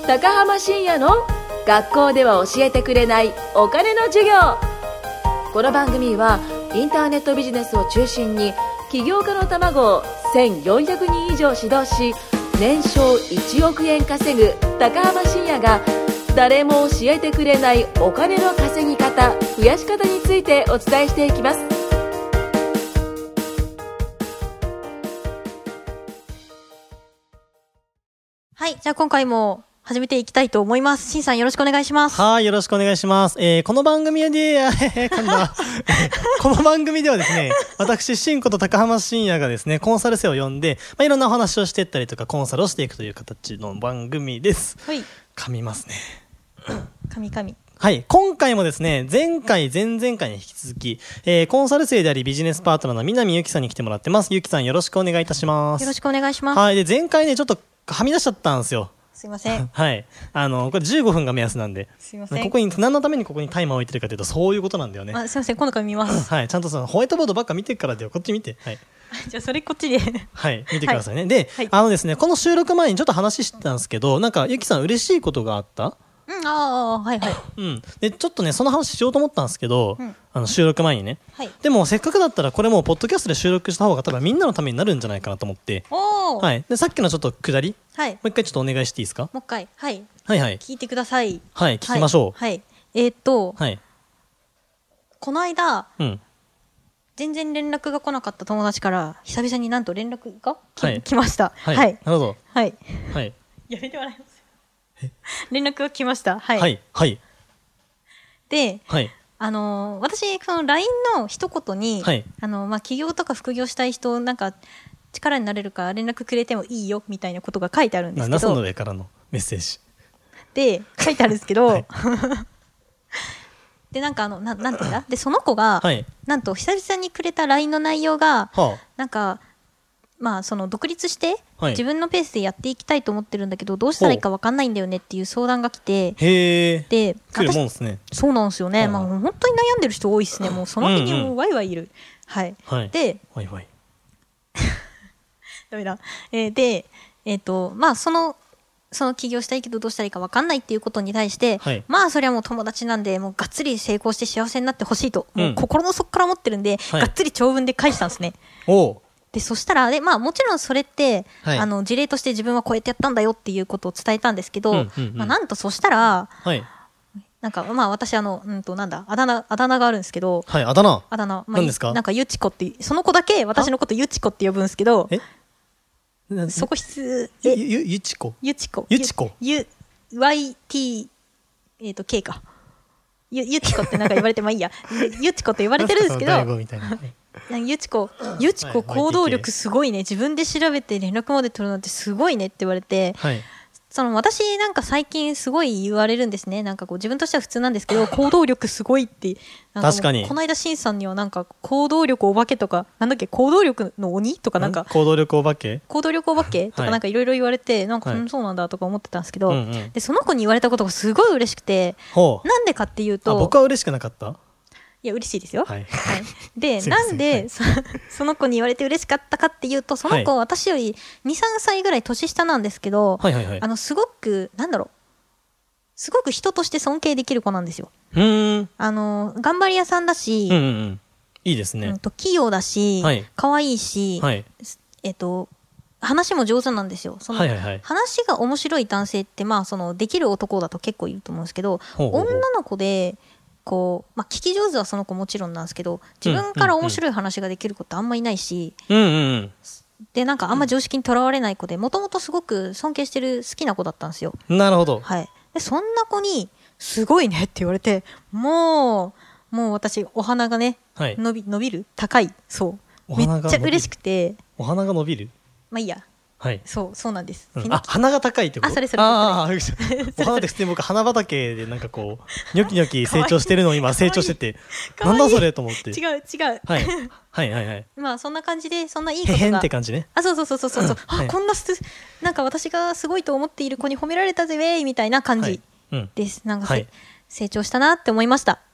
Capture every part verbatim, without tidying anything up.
高浜深也の学校では教えてくれないお金の授業。この番組はインターネットビジネスを中心に起業家の卵をせんよんひゃくにん以上指導し、年商いちおくえん稼ぐ高浜深也が誰も教えてくれないお金の稼ぎ方、増やし方についてお伝えしていきます。 はい、じゃあ今回も始めていきたいと思います。しんさんよろしくお願いします。 はい、よろしくお願いします。えー、この番組で、噛んだこの番組ではですね、私、しんこと高浜深也がですね、コンサル生を呼んで、まあ、いろんなお話をしていったりとか、コンサルをしていくという形の番組です。 はい。 噛みますね。 噛み噛み。 はい。今回もですね、前回、前々回に引き続き、えー、コンサル生でありビジネスパートナーの南ゆきさんに来てもらってます。ゆきさんよろしくお願いいたします。 よろしくお願いします。 はい。で、前回ね、ちょっとはみ出しちゃったんですよ。 すいません。 はい。あの、これじゅうごふんが目安なんで。 すいません。 ここに、何のためにここにタイマーを置いてるかというと、そういうことなんだよね。 あ、すいません。今度から見ます。 はい。ちゃんとその、ホワイトボードばっか見てからでよ。こっち見て。はい。 じゃあ、それこっちで。 はい。見てくださいね。はい、で、 はい、 あのですね、この収録前にちょっと話してたんですけど、なんか、ゆきさん嬉しいことがあった？ うん、ああ、はいはい。 うん。で、ちょっとね、その話しようと思ったんですけど、 うん、 あの、収録前にね。 はい。 でも、せっかくだったら、これもう、ポッドキャストで収録した方が多分みんなのためになるんじゃないかなと思って。 おー。 はい。で、さっきのちょっと下り。 はい。もう一回ちょっとお願いしていいですか？ もう一回。はい。 はいはい。 聞いてください。 はい、聞きましょう。 はい。はい、えー、っと、 はい。 この間、 うん。 全然連絡が来なかった友達から、久々になんと連絡が、 はい、 来ました。 はい。 はい。 なるほど。 はい。 はい。 やめてもらいます。連絡が来ました。はい。 はい。はい。 で、 はい。 あのー、私、その ライン の一言に、 はい、 あのー、まあ、起業とか副業したい人、なんか、力になれるから連絡くれてもいいよ、みたいなことが書いてあるんですけど。 ナスの上からのメッセージ。 で、書いてあるんですけど、はい、で、なんかあの、ななんていうんだで、その子が、はい、なんと、久々にくれた ライン の内容が、はあ、なんか、まあ、その独立して、はい、自分のペースでやっていきたいと思ってるんだけどどうしたらいいか分かんないんだよねっていう相談が来て、 へー、 で来るもんですね。 そうなんですよね、まあ、本当に悩んでる人多いですね。もうその日にもうワイワイいる、うんうん、はい、はい、でワイワイダメだ、えー、でえっ、ー、とまあそのその起業したいけどどうしたらいいか分かんないっていうことに対して、はい、まあそれはもう友達なんでもうがっつり成功して幸せになってほしいと、うん、もう心の底から思ってるんで、はい、がっつり長文で返したんですね。 おうでそしたらで、まあ、もちろんそれって、はい、あの事例として自分はこうやってやったんだよっていうことを伝えたんですけど、うんうんうん、まあ、なんとそしたら、はい、なんかまあ私あの、うんとなんだあだ名あだ名があるんですけど、 はい、あだ名あだ名、まあ、 何ですか？ なんかゆちこってその子だけ私のことゆちこって呼ぶんですけど、 えそこ質ゆゆゆちこゆちこゆちこゆ ワイティー えーと K かゆゆちこってなんか言われてまあいいやゆちこって言われてるんですけどゆちこ、ゆちこ行動力すごいね、自分で調べて連絡まで取るなんてすごいねって言われて、はい、その私なんか最近すごい言われるんですね。なんかこう自分としては普通なんですけど行動力すごいってなんか確かにこの間しんさんにはなんか行動力お化けとかなんだっけ行動力の鬼とかなんか行動力お化け行動力お化けとかなんかいろいろ言われてなんか、はい、そうなんだとか思ってたんですけど、うんうん、でその子に言われたことがすごい嬉しくて、なんでかっていうと僕は嬉しくなかった？ いや嬉しいですよ、はいはい、ですなんで、 はい、 そ, その子に言われて嬉しかったかっていうとその子、はい、私より にさんさいぐらい年下なんですけど、はいはいはい、あのすごくなんだろうすごく人として尊敬できる子なんですよ。 うーんあの頑張り屋さんだし、 うんうんうん、いいですね、 うん、と器用だし、はい、可愛いし、はい、えっと話も上手なんですよ。その、はいはいはい、話が面白い男性って、まあ、そのできる男だと結構いると思うんですけど、ほうほうほう女の子でこうまあ、聞き上手はその子もちろんなんですけど自分から面白い話ができる子ってあんまいないし、うんうんうん、でなんかあんま常識にとらわれない子でもともとすごく尊敬してる好きな子だったんですよ。 なるほど、 はい、でそんな子にすごいねって言われてもうもう私お鼻がね、はい、伸び伸びる高いそうめっちゃ嬉しくてお鼻が伸びるまあいいやはい、そうそうなんです、 うん、あ鼻が高いってこと？ あそれそれああお花って普通に僕花畑でなんかこうニョキニョキ成長してるのを今成長しててなんだそれと思って違う違う、 はい、はいはいはいまあそんな感じでそんないいことがへへんって感じね。 あそうそうそうそうそう、うん、あ、はい、こんなすなんか私がすごいと思っている子に褒められたぜウェイみたいな感じです、はいうん、なんか、はい、成長したなって思いました。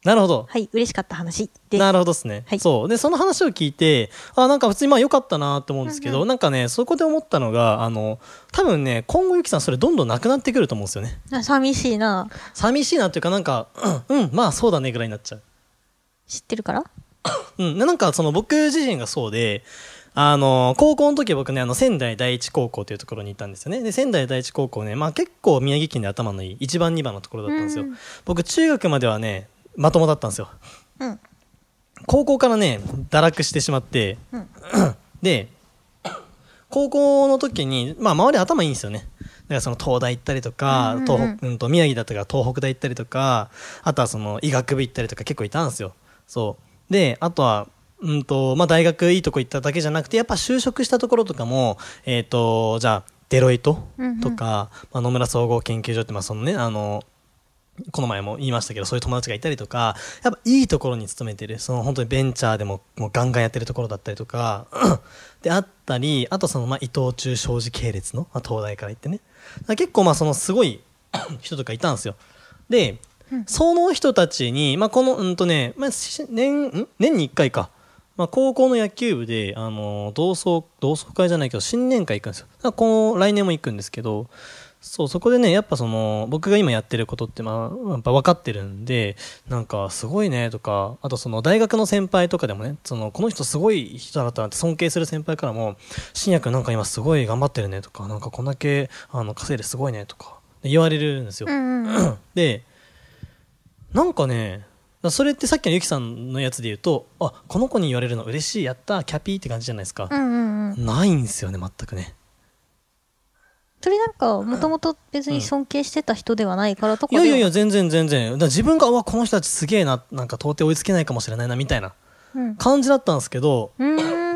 なるほど。 はい、嬉しかった話です。 なるほどですね。はい、そう。で、その話を聞いて、あ、なんか普通にまあ良かったなと思うんですけど、うんうん、なんかね、そこで思ったのが、あの、多分ね、今後ゆきさんそれどんどんなくなってくると思うんですよね。 あ、寂しいな。 寂しいなっていうか、なんか、うん、うん、まあそうだねぐらいになっちゃう。 知ってるからうん。なんかその僕自身がそうで、あの、高校の時僕ね、あの、仙台第一高校というところに行ったんですよね。で、仙台第一高校ね、まあ結構宮城県で頭のいいいちばんにばんのところだったんですよ。僕中学まではね、まともだったんですよ、うん、高校からね堕落してしまって、うん、で高校の時に、まあ、周り頭いいんですよね。だからその東大行ったりとか、うんうんうん、東北、うん、と宮城だったから東北大行ったりとか、あとはその医学部行ったりとか結構いたんですよ。そうで、あとはうんと、まあ、大学いいとこ行っただけじゃなくて、やっぱ就職したところとかも、えーと、じゃあデロイトとか、うんうん、まあ、野村総合研究所って、まあそのね、あのこの前も言いましたけど、そういう友達がいたりとか、やっぱいいところに勤めてる、その本当にベンチャーでももうガンガンやってるところだったりとかであったり、あとそのまあ伊藤忠商事系列の、まあ、東大から行ってね、結構まあそのすごい人とかいたんですよ。で、うん、その人たちに、まあ、このうんとね、まあ、年ん年にいっかいか、まあ、高校の野球部であの同窓同窓会じゃないけど新年会行くんですよ。だからこの来年も行くんですけど、そう、そこでね、やっぱその僕が今やってることってまあやっぱ分かってるんで、なんかすごいねとか、あとその大学の先輩とかでもね、そのこの人すごい人だったなって尊敬する先輩からも、新薬なんか今すごい頑張ってるねとか、なんかこんだけあの稼いですごいねとか言われるんですよ、うんうん、でなんかね、それってさっきのゆきさんのやつで言うと、あ、この子に言われるの嬉しい、やったキャピーって感じじゃないですか、うんうんうん、ないんですよね、全くね。 それなんかもともと別に尊敬してた人ではないからとか、 うん、いやいやいや全然全然、だから自分がうわこの人たちすげえな、なんか到底追いつけないかもしれないなみたいな感じだったんですけど、うん、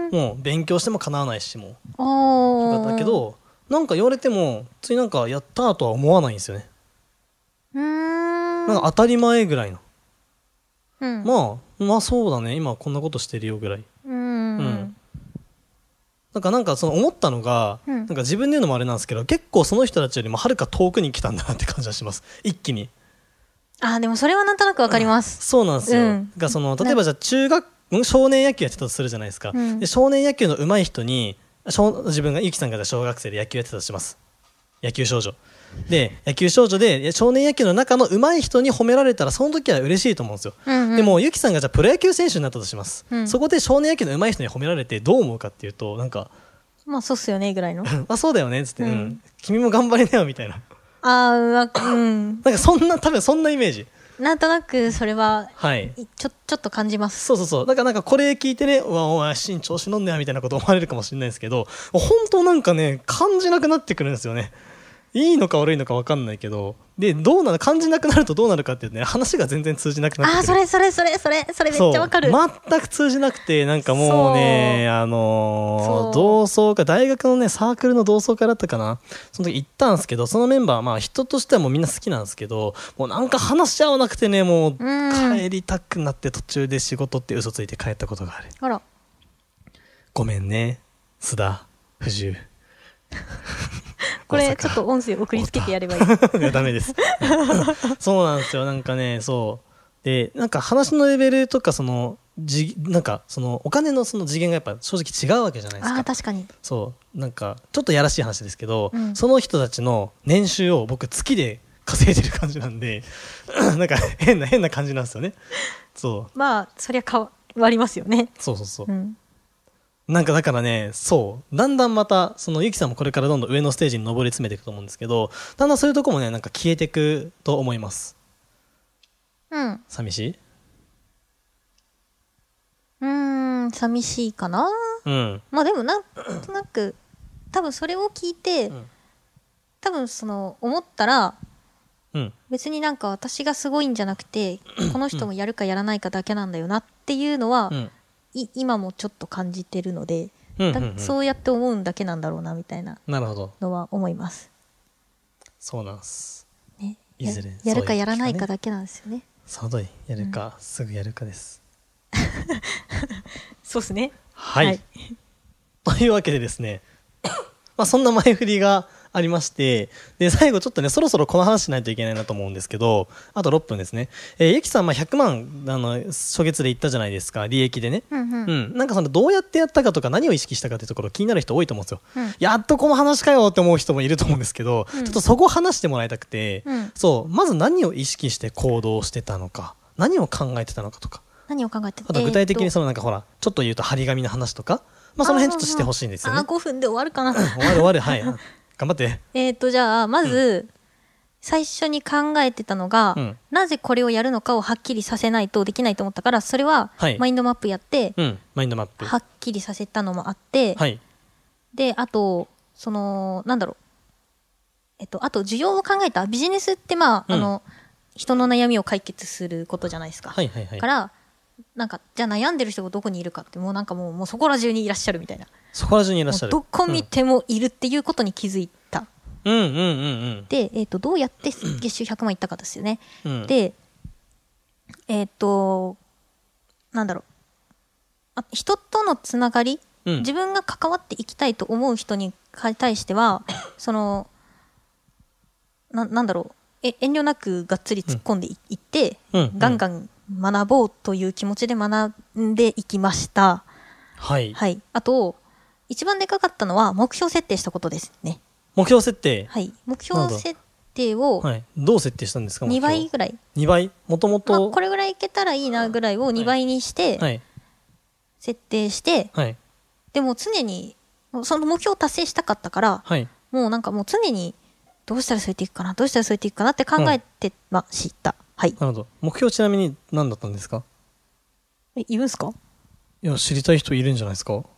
もう勉強してもかなわないし、もうあだけどなんか言われてもついなんかやったとは思わないんですよね。うーん、なんか当たり前ぐらいの、うん、まあまあそうだね、今こんなことしてるよぐらい、うん、うんなんかなんかその思ったのが、うん、なんか自分で言うのもあれなんですけど、結構その人たちよりもはるか遠くに来たんだなって感じがします、一気に。 あ、でもそれはなんとなくわかります、 うん、そうなんですよ、うん、がその例えばじゃあ中学少年野球やってたとするじゃないですか、うん、で少年野球の上手い人に自分がゆきさんが小学生で野球やってたとします、野球少女で野球少女で少年野球の中の上手い人に褒められたらその時は嬉しいと思うんですよ、うんうん、でもゆきさんがじゃあプロ野球選手になったとします、うん、そこで少年野球の上手い人に褒められてどう思うかっていうと、なんかまあそうっすよねぐらいのあ、そうだよねっつって、うんうん、君も頑張りなよみたいな、 あー、うん、 なんかそんな多分そんなイメージ、 なんとなくそれは、はい、ちょ、ちょっと感じます。 そうそうそう、だからなんかこれ聞いてね、うわお前身調子乗んねやみたいなこと思われるかもしれないですけど、本当なんかね感じなくなってくるんですよね。いいのか悪いのか分かんないけど、でどうなる感じなくなるとどうなるかっていうね、話が全然通じなくなってくる。 あ、それそれそれそれそれめっちゃ分かる。 全く通じなくて、なんかもうね、あのー、同窓会、大学のねサークルの同窓会だったかな、その時行ったんですけど、そのメンバーはまあ人としてはもうみんな好きなんですけど、もうなんか話し合わなくてね、もう帰りたくなって途中で仕事って嘘ついて帰ったことがある。 あら、 ごめんね須田不自由これちょっと音声送りつけてやればいい。いやダメですそうなんですよ、なんかね、そうで、なんか話のレベルとかそのじなんかそのお金のその次元がやっぱ正直違うわけじゃないですか。 あ、確かに。 そうなんかちょっとやらしい話ですけど、うん、その人たちの年収を僕月で稼いでる感じなんでなんか変な変な感じなんですよね。そうまあそりゃ変わりますよね。 そうそうそう、うん、なんかだからね、そうだんだんまたそのゆきさんもこれからどんどん上のステージに上り詰めていくと思うんですけど、だんだんそういうとこもねなんか消えていくと思います。うん。寂しい？ うーん、寂しいかな。うん。まあでもなんとなく多分それを聞いて、うん、多分その思ったら、うん、別になんか私がすごいんじゃなくて、この人もやるかやらないかだけなんだよなっていうのは。うん、今もちょっと感じてるので、うんうんうん、そうやって思うんだけなんだろうなみたいなのは思います。 そうなんです、 ね、いずれ や, やるかやらないかだけなんですよね。 その通り、やるか、うん、すぐやるかですそうですね、 はい、はい、というわけでですねまあそんな前振りがありまして、で最後ちょっとねそろそろこの話しないといけないなと思うんですけど、あとろっぷんですね。えー、ゆきさんまあひゃくまんあの初月で言ったじゃないですか、利益でね、 うんうんうん、なんかそのどうやってやったかとか何を意識したかっていうところ気になる人多いと思うんですよ、 うん、 やっとこの話かよって思う人もいると思うんですけど、 うん、 ちょっとそこを話してもらいたくて、 うん、 そうまず何を意識して行動してたのか、何を考えてたのかとか、 何を考えてあと具体的にそのなんかほらちょっと言うと張り紙の話とか、まあその辺ちょっとしてほしいんですよね。 あごふんで終わるかな終わる終わるはい頑張って。 えっとじゃあまず、うん、最初に考えてたのが、うん、なぜこれをやるのかをはっきりさせないとできないと思ったから、それはマインドマップやって、 はい、うん、マインドマップはっきりさせたのもあって、はい、であとそのなんだろうえっとあと需要を考えたビジネスってまあ、うん、あの人の悩みを解決することじゃないですか、はいはいはい、からなんかじゃあ悩んでる人がどこにいるかってもうなんかもう、もうそこら中にいらっしゃるみたいな、 そこら中にいらっしゃる、 どこ見てもいるっていうことに気づいた、 うんうんうんうん、 で、えー、とどうやって月収ひゃくまんいったかですよね、うん、でえっ、ー、となんだろうあ人とのつながり、うん、自分が関わっていきたいと思う人に対してはその な, なんだろうえ遠慮なくがっつり突っ込んで い,、うん、って、うん、ガンガン学ぼうという気持ちで学んでいきました、 はい、 はい、あと一番でかかったのは目標設定したことですね。 目標設定、 はい、目標設定を、 はい、どう設定したんですか。 にばいぐらい、 にばいもともとこれぐらいいけたらいいなぐらいをにばいにして設定して、はいはい、でも常にその目標を達成したかったから、はい、もうなんかもう常にどうしたらそうやっていくかなどうしたらそうやっていくかなって考えてました、うんはい、 なるほど。目標ちなみに何だったんですか。 えいるんすか。 いや知りたい人いるんじゃないですか。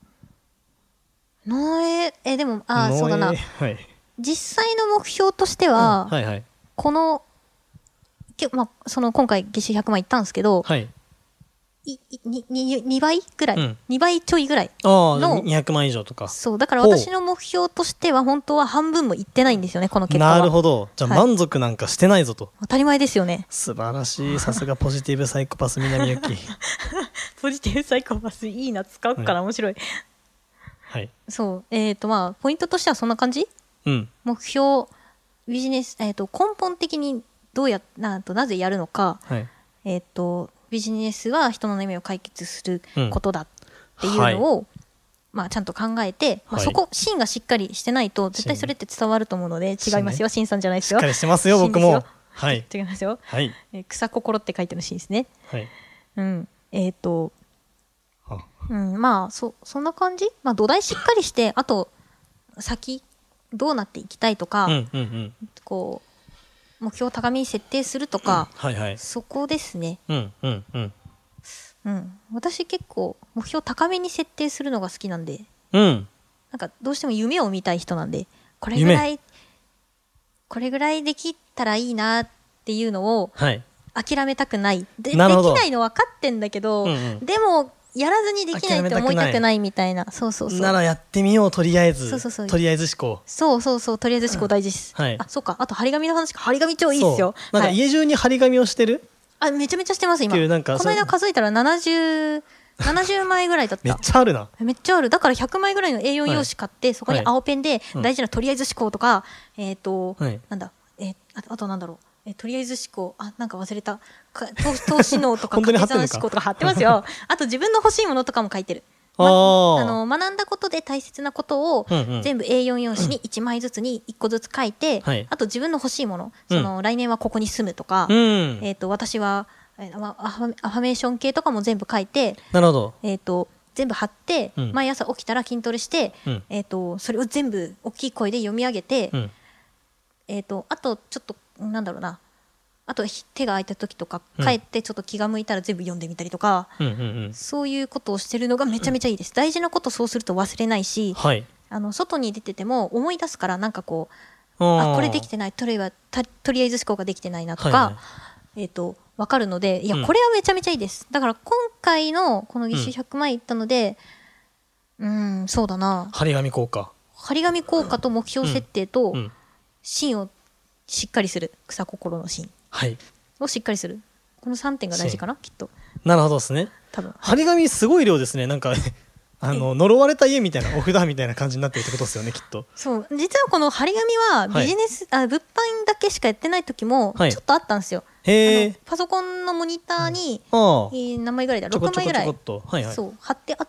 のええでもあそうだな、はい、実際の目標としては、うんはいはい、この、まあ、その今回月収ひゃくまんいったんですけど、はい、いにににばいぐらい、うん、にばいちょいぐらいのにひゃくまん以上とか。 そうだから私の目標としては本当は半分もいってないんですよねこの結果は。 なるほど。じゃあ満足なんかしてないぞと、はい、 当たり前ですよね。 素晴らしい。さすがポジティブサイコパス南ゆきポジティブサイコパスいいな使うから面白い、はい、そうえっ、ー、とまあポイントとしてはそんな感じ、うん、目標ビジネス、えー、と根本的にどうやなとなぜやるのか、はい、えっ、ー、とビジネスは人の悩みを解決することだっていうのを、うんはいまあ、ちゃんと考えて、まあ、そこ、はい、芯がしっかりしてないと絶対それって伝わると思うので違いますよ。芯さんじゃないですよ。 しっかりしてますよ僕も。はい、 違いますよ、はいえー、草心って書いてるシーンですね。 はいうん、えっ、ー、とうん、まあ そ, そんな感じ、まあ、土台しっかりしてあと先どうなっていきたいとか、うんうんうん、こう目標を高めに設定するとか、うんはいはい、そこですね、うんうんうんうん、私結構目標高めに設定するのが好きなんで、うん、なんかどうしても夢を見たい人なんでこれぐらいこれぐらいできたらいいなっていうのを諦めたくない、で, できないの分かってんだけど、うんうん、でもやらずにできないって思いたくないみたいな。そうそうそうならやってみようとりあえずそうそうそうとりあえず思考そうそうそうとりあえず思考大事です、うんはい、あそうかあと張り紙の話か張り紙超いいっすよ。 なんか家中に張り紙をしてる、 はい、あめちゃめちゃしてます今。なんかこの間数えたらななじゅう ななじゅうまいぐらいだっためっちゃあるな。 めっちゃある。だからひゃくまいぐらいの エーよん 用紙買って、はい、そこに青ペンで大事なとりあえず思考とか、うん、えっ、ー、と、はい、なんだ、えー、あ, あとなんだろうえとりあえず思考あなんか忘れた投資能とか掛け算思考とか貼ってますよあと自分の欲しいものとかも書いてる、ま、あの学んだことで大切なことを全部 エーよん 用紙にいちまいずつにいっこずつ書いて、うん、あと自分の欲しいもの、その来年はここに住むとか、うんえー、と私はアファメーション系とかも全部書いてなるほど、 えー、と全部貼って、うん、毎朝起きたら筋トレして、うんえー、とそれを全部大きい声で読み上げて、うんえー、とあとちょっとなんだろうなあと手が空いた時とか帰ってちょっと気が向いたら全部読んでみたりとか、うんうんうんうん、そういうことをしてるのがめちゃめちゃいいです。大事なことそうすると忘れないし、はい、あの外に出てても思い出すからなんかこうあこれできてないとりあえずとりあえず思考ができてないなとか、はいはいえー、と分かるのでいやこれはめちゃめちゃいいです、うん、だから今回のこの月収ひゃくまんいったのでうん、うんそうだな張り紙効果張り紙効果と目標設定と芯をしっかりする草心の芯はい、をしっかりするこのさんてんが大事かなきっと。 なるほどですね。多分張り紙すごい量ですね。なんかあの呪われた家みたいなお札みたいな感じになってるってことですよねきっと。 そう実はこの張り紙はビジネス、はい、あ物販だけしかやってない時もちょっとあったんですよ、はい、あのパソコンのモニターに、うん、えー、何枚ぐらいだろくまいぐらい、はいはい、そう貼ってあって、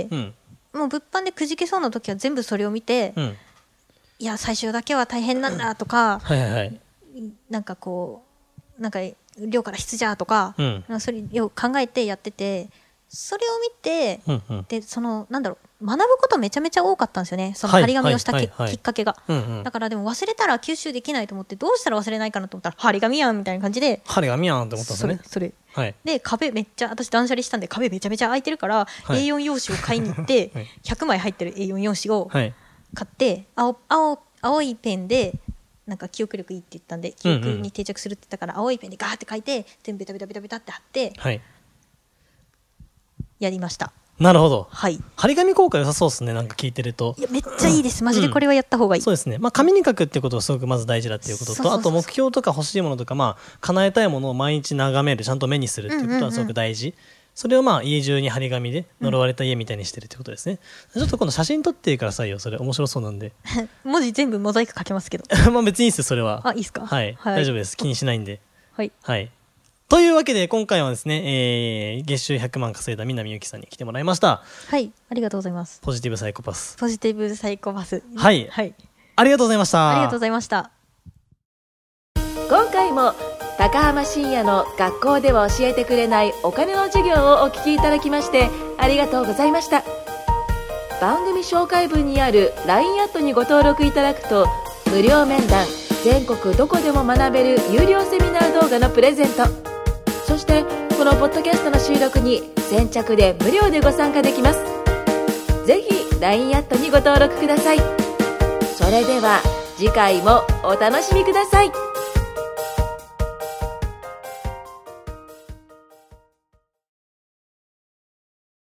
うん、もう物販でくじけそうな時は全部それを見て、うん、いや最終だけは大変なんだとか、はいはいはい、なんかこうなんか量から質じゃとか、うん、それを考えてやってて、それを見て、うんうん、でそのなんだろう学ぶことめちゃめちゃ多かったんですよね、その張り紙をしたき、はいはいはい、きっかけが、うんうん、だからでも忘れたら吸収できないと思って、どうしたら忘れないかなと思ったら張り紙やんみたいな感じで、張り紙やんって思ったんですね。それ、それ、はい、で壁めっちゃ私断捨離したんで壁めちゃめちゃ空いてるから、はい、エーよん 用紙を買いに行って、はい、ひゃくまい入ってる エーよん 用紙を買って、はい、青, 青, 青いペンでなんか記憶力いいって言ったんで記憶に定着するって言ったから、うんうん、青いペンでガーって書いて全部ベタベタベタベタって貼って、はい、やりました。 なるほど、 はい、 張り紙効果良さそうですね、なんか聞いてると。 いやめっちゃいいです、マジでこれはやった方がいい、 うん、そうですね、まあ、紙に書くってことがすごくまず大事だっていうことと、あと目標とか欲しいものとか、まあ、叶えたいものを毎日眺める、ちゃんと目にするっていうことはすごく大事、うんうんうん、それをまあ家中に張り紙で呪われた家みたいにしてるってことですね、うん、ちょっと今度写真撮ってくださいよ、それ面白そうなんで文字全部モザイク書けますけどまあ別にいいですよそれは。 あ、いいですか、 はい、はい、大丈夫です、気にしないんで。 はい、 はい、というわけで今回はですね、えー、月収ひゃくまん稼いだ南ゆきさんに来てもらいました。 はい、ありがとうございます。 ポジティブサイコパスポジティブサイコパスはい、はい、ありがとうございました。 ありがとうございました。 今回も高浜深也の学校では教えてくれないお金の授業をお聞きいただきましてありがとうございました。番組紹介文にある ライン アットにご登録いただくと無料面談、全国どこでも学べる有料セミナー動画のプレゼント、そしてこのポッドキャストの収録に先着で無料でご参加できます。ぜひ ライン アットにご登録ください。それでは次回もお楽しみください。